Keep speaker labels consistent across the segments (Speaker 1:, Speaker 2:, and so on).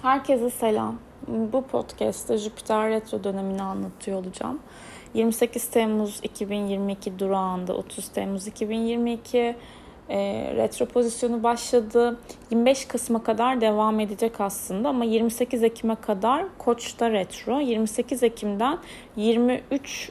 Speaker 1: Herkese selam. Bu podcast'te Jüpiter Retro dönemini anlatıyor olacağım. 28 Temmuz 2022 durağında 30 Temmuz 2022 retro pozisyonu başladı. 25 Kasım'a kadar devam edecek aslında ama 28 Ekim'e kadar Koç'ta retro. 28 Ekim'den 23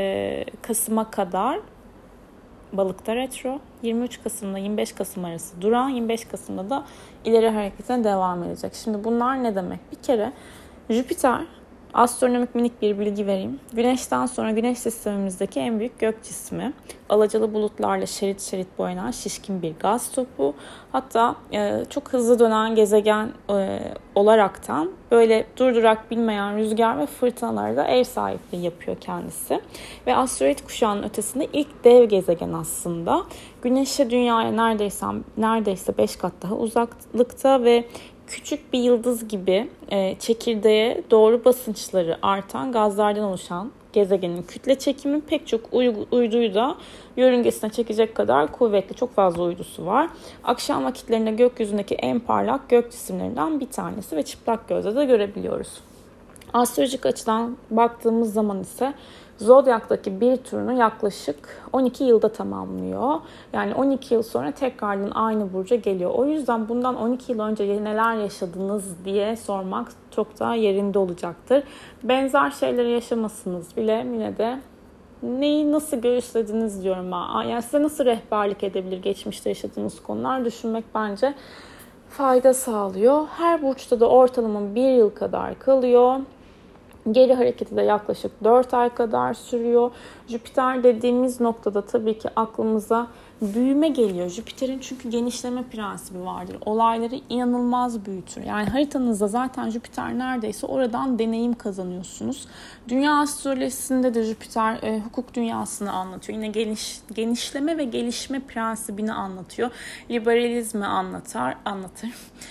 Speaker 1: Kasım'a kadar Balık'ta retro, 23 Kasım'la 25 Kasım arası duran, 25 Kasım'da da ileri hareketine devam edecek. Şimdi bunlar ne demek? Bir kere Jüpiter, astronomik minik bir bilgi vereyim. Güneşten sonra Güneş sistemimizdeki en büyük gök cismi. Alacalı bulutlarla şerit şerit boyanan şişkin bir gaz topu. Hatta çok hızlı dönen gezegen olaraktan böyle durdurak bilmeyen rüzgar ve fırtınalarda ev sahipliği yapıyor kendisi. Ve asteroid kuşağının ötesinde ilk dev gezegen aslında. Güneş'e Dünya'ya neredeyse 5 kat daha uzaklıkta ve küçük bir yıldız gibi çekirdeğe doğru basınçları artan gazlardan oluşan gezegenin kütle çekimi pek çok uyduyu da yörüngesine çekecek kadar kuvvetli, çok fazla uydusu var. Akşam vakitlerinde gökyüzündeki en parlak gök cisimlerinden bir tanesi ve çıplak gözle de görebiliyoruz. Astrolojik açıdan baktığımız zaman ise Zodyak'taki bir turunu yaklaşık 12 yılda tamamlıyor. Yani 12 yıl sonra tekrardan aynı burca geliyor. O yüzden bundan 12 yıl önce neler yaşadınız diye sormak çok daha yerinde olacaktır. Benzer şeyleri yaşamasınız bile yine de neyi nasıl göğüslediniz diyorum ben. Yani size nasıl rehberlik edebilir geçmişte yaşadığınız konular düşünmek bence fayda sağlıyor. Her burçta da ortalama 1 yıl kadar kalıyor. Geri hareketi de yaklaşık 4 ay kadar sürüyor. Jüpiter dediğimiz noktada tabii ki aklımıza büyüme geliyor. Jüpiter'in çünkü genişleme prensibi vardır. Olayları inanılmaz büyütür. Yani haritanızda zaten Jüpiter neredeyse oradan deneyim kazanıyorsunuz. Dünya astrolojisinde de Jüpiter hukuk dünyasını anlatıyor. Yine genişleme ve gelişme prensibini anlatıyor. Liberalizmi anlatır.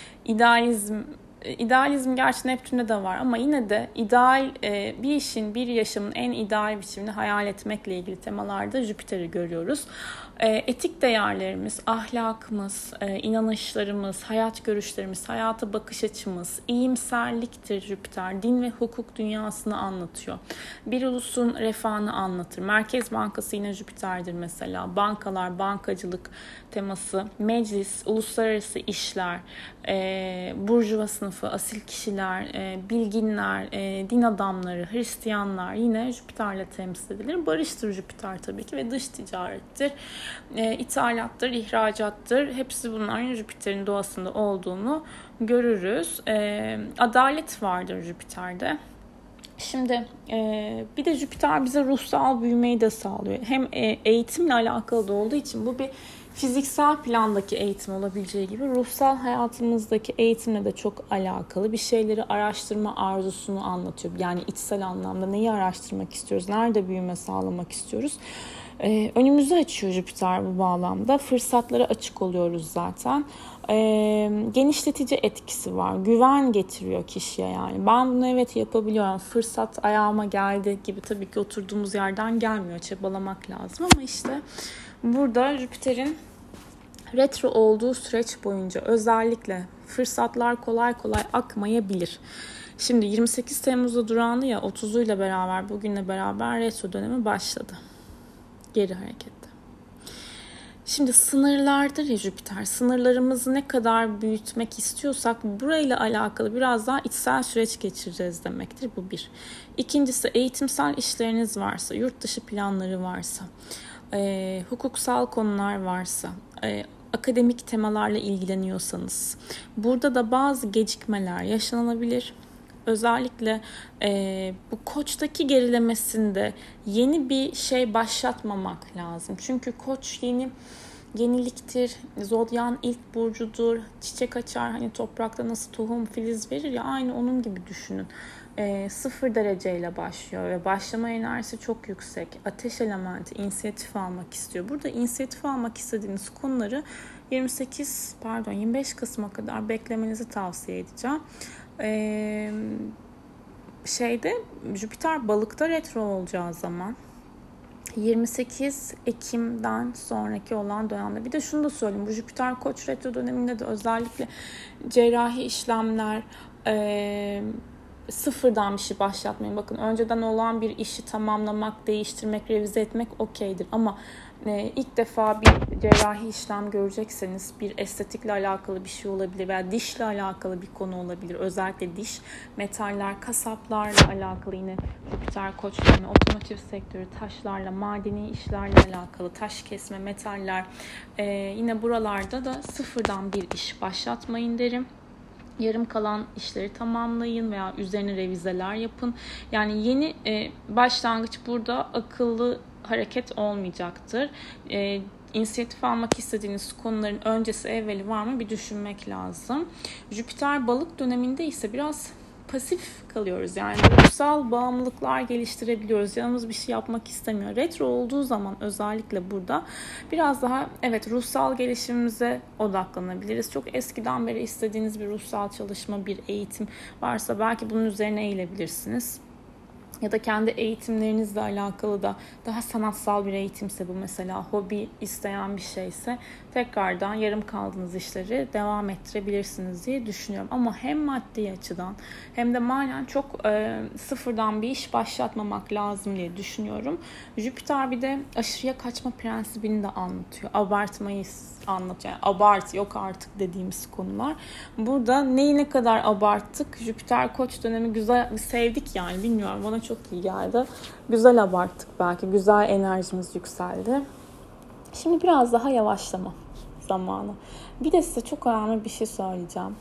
Speaker 1: İdealizm gerçi Neptün'de de var ama yine de ideal bir yaşamın en ideal biçimini hayal etmekle ilgili temalarda Jüpiter'i görüyoruz. Etik değerlerimiz, ahlakımız, inanışlarımız, hayat görüşlerimiz, hayata bakış açımız, iyimserliktir Jüpiter. Din ve hukuk dünyasını anlatıyor. Bir ulusun refahını anlatır. Merkez Bankası yine Jüpiter'dir mesela. Bankalar, bankacılık teması, meclis, uluslararası işler, burjuva sınıfı, asil kişiler, bilginler, din adamları, Hristiyanlar yine Jüpiter'le temsil edilir. Barıştır Jüpiter tabii ki ve dış ticarettir. İthalattır, ihracattır. Hepsi bunların Jüpiter'in doğasında olduğunu görürüz. Adalet vardır Jüpiter'de. Şimdi bir de Jüpiter bize ruhsal büyümeyi de sağlıyor. Hem eğitimle alakalı da olduğu için bu bir fiziksel plandaki eğitim olabileceği gibi ruhsal hayatımızdaki eğitimle de çok alakalı. Bir şeyleri araştırma arzusunu anlatıyor. Yani içsel anlamda neyi araştırmak istiyoruz, nerede büyüme sağlamak istiyoruz. Önümüzü açıyor Jüpiter bu bağlamda. Fırsatlara açık oluyoruz zaten. Genişletici etkisi var. Güven getiriyor kişiye yani. Ben bunu evet yapabiliyorum. Fırsat ayağıma geldi gibi tabii ki oturduğumuz yerden gelmiyor. Çabalamak lazım ama işte burada Jüpiter'in retro olduğu süreç boyunca özellikle fırsatlar kolay kolay akmayabilir. Şimdi 28 Temmuz'da durandı ya 30'uyla beraber bugünle beraber retro dönemi başladı. Geri harekette. Şimdi sınırlardır ya Jüpiter. Sınırlarımızı ne kadar büyütmek istiyorsak burayla alakalı biraz daha içsel süreç geçireceğiz demektir. Bu bir. İkincisi eğitimsel işleriniz varsa, yurt dışı planları varsa, hukuksal konular varsa, akademik temalarla ilgileniyorsanız burada da bazı gecikmeler yaşanabilir. Özellikle bu Koç'taki gerilemesinde yeni bir şey başlatmamak lazım. Çünkü Koç yeniliktir. Zodyan ilk burcudur. Çiçek açar. Hani toprakta nasıl tohum filiz verir ya aynı onun gibi düşünün. 0 dereceyle başlıyor ve başlama enerjisi çok yüksek. Ateş elementi inisiyatif almak istiyor. Burada inisiyatif almak istediğiniz konuları 25 Kasım'a kadar beklemenizi tavsiye edeceğim. Jüpiter balıkta retro olacağı zaman 28 Ekim'den sonraki olan dönemde. Bir de şunu da söyleyeyim. Bu Jüpiter Koç retro döneminde de özellikle cerrahi işlemler, sıfırdan bir şey başlatmayın. Bakın, önceden olan bir işi tamamlamak, değiştirmek, revize etmek okeydir. Ama ilk defa bir cerrahi işlem görecekseniz, bir estetikle alakalı bir şey olabilir veya dişle alakalı bir konu olabilir. Özellikle diş, metaller, kasaplarla alakalı, yine Jüpiter Koç dönemi, otomotiv sektörü, taşlarla, madeni işlerle alakalı, taş kesme, metaller, yine buralarda da sıfırdan bir iş başlatmayın derim. Yarım kalan işleri tamamlayın veya üzerine revizeler yapın. Yani yeni başlangıç burada akıllı hareket olmayacaktır. İnisiyatif almak istediğiniz konuların öncesi evveli var mı bir düşünmek lazım. Jüpiter balık döneminde ise biraz pasif kalıyoruz. Yani ruhsal bağımlılıklar geliştirebiliyoruz. Canımız bir şey yapmak istemiyor. Retro olduğu zaman özellikle burada biraz daha ruhsal gelişimimize odaklanabiliriz. Çok eskiden beri istediğiniz bir ruhsal çalışma, bir eğitim varsa belki bunun üzerine eğilebilirsiniz. Ya da kendi eğitimlerinizle alakalı da daha sanatsal bir eğitimse bu, mesela hobi isteyen bir şeyse tekrardan yarım kaldığınız işleri devam ettirebilirsiniz diye düşünüyorum. Ama hem maddi açıdan hem de manen çok sıfırdan bir iş başlatmamak lazım diye düşünüyorum. Jüpiter bir de aşırıya kaçma prensibini de anlatıyor. Abartmayı anlatıyor. Yani abart, yok artık dediğimiz konular. Burada neyi ne kadar abarttık? Jüpiter Koç dönemi güzel, sevdik yani, bilmiyorum, bana çok iyi geldi. Güzel abarttık belki, güzel enerjimiz yükseldi. Şimdi biraz daha yavaşlama zamanı. Bir de size çok önemli bir şey söyleyeceğim.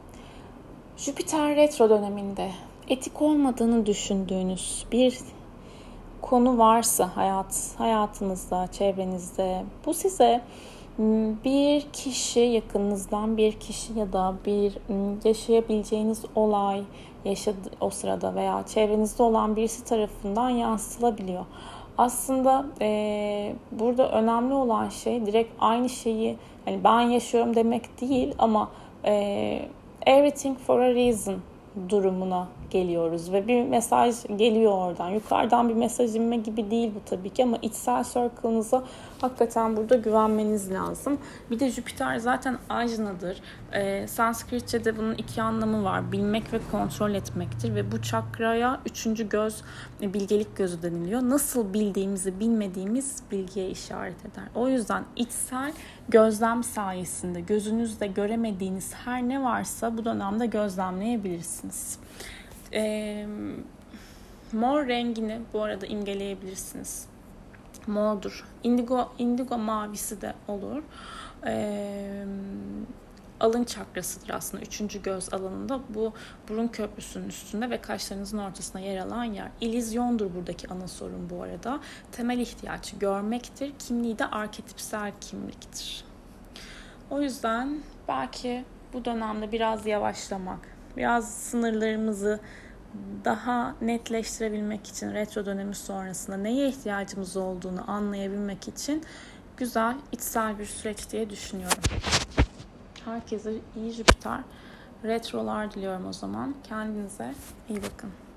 Speaker 1: Jüpiter retro döneminde etik olmadığını düşündüğünüz bir konu varsa hayatınızda, çevrenizde, bu size bir kişi, yakınınızdan bir kişi ya da bir yaşayabileceğiniz olay o sırada veya çevrenizde olan birisi tarafından yansıtılabiliyor. Aslında burada önemli olan şey direkt aynı şeyi hani ben yaşıyorum demek değil, ama everything for a reason durumuna geliyoruz ve bir mesaj geliyor oradan. Yukarıdan bir mesaj inme gibi değil bu tabii ki, ama içsel circle'ınıza hakikaten burada güvenmeniz lazım. Bir de Jüpiter zaten ajnadır. Sanskritçe'de bunun iki anlamı var. Bilmek ve kontrol etmektir ve bu çakraya üçüncü göz, bilgelik gözü deniliyor. Nasıl bildiğimizi bilmediğimiz bilgiye işaret eder. O yüzden içsel gözlem sayesinde gözünüzde göremediğiniz her ne varsa bu dönemde gözlemleyebilirsiniz. Mor rengini bu arada imgeleyebilirsiniz. Mordur. Indigo mavisi de olur. Alın çakrasıdır aslında. Üçüncü göz alanında, bu burun köprüsünün üstünde ve kaşlarınızın ortasına yer alan yer. İllüzyondur buradaki ana sorun bu arada. Temel ihtiyaç görmektir. Kimliği de arketipsel kimliktir. O yüzden belki bu dönemde biraz yavaşlamak, biraz sınırlarımızı daha netleştirebilmek için, retro dönemi sonrasında neye ihtiyacımız olduğunu anlayabilmek için güzel, içsel bir süreç diye düşünüyorum. Herkese iyi Jüpiter retrolar diliyorum o zaman. Kendinize iyi bakın.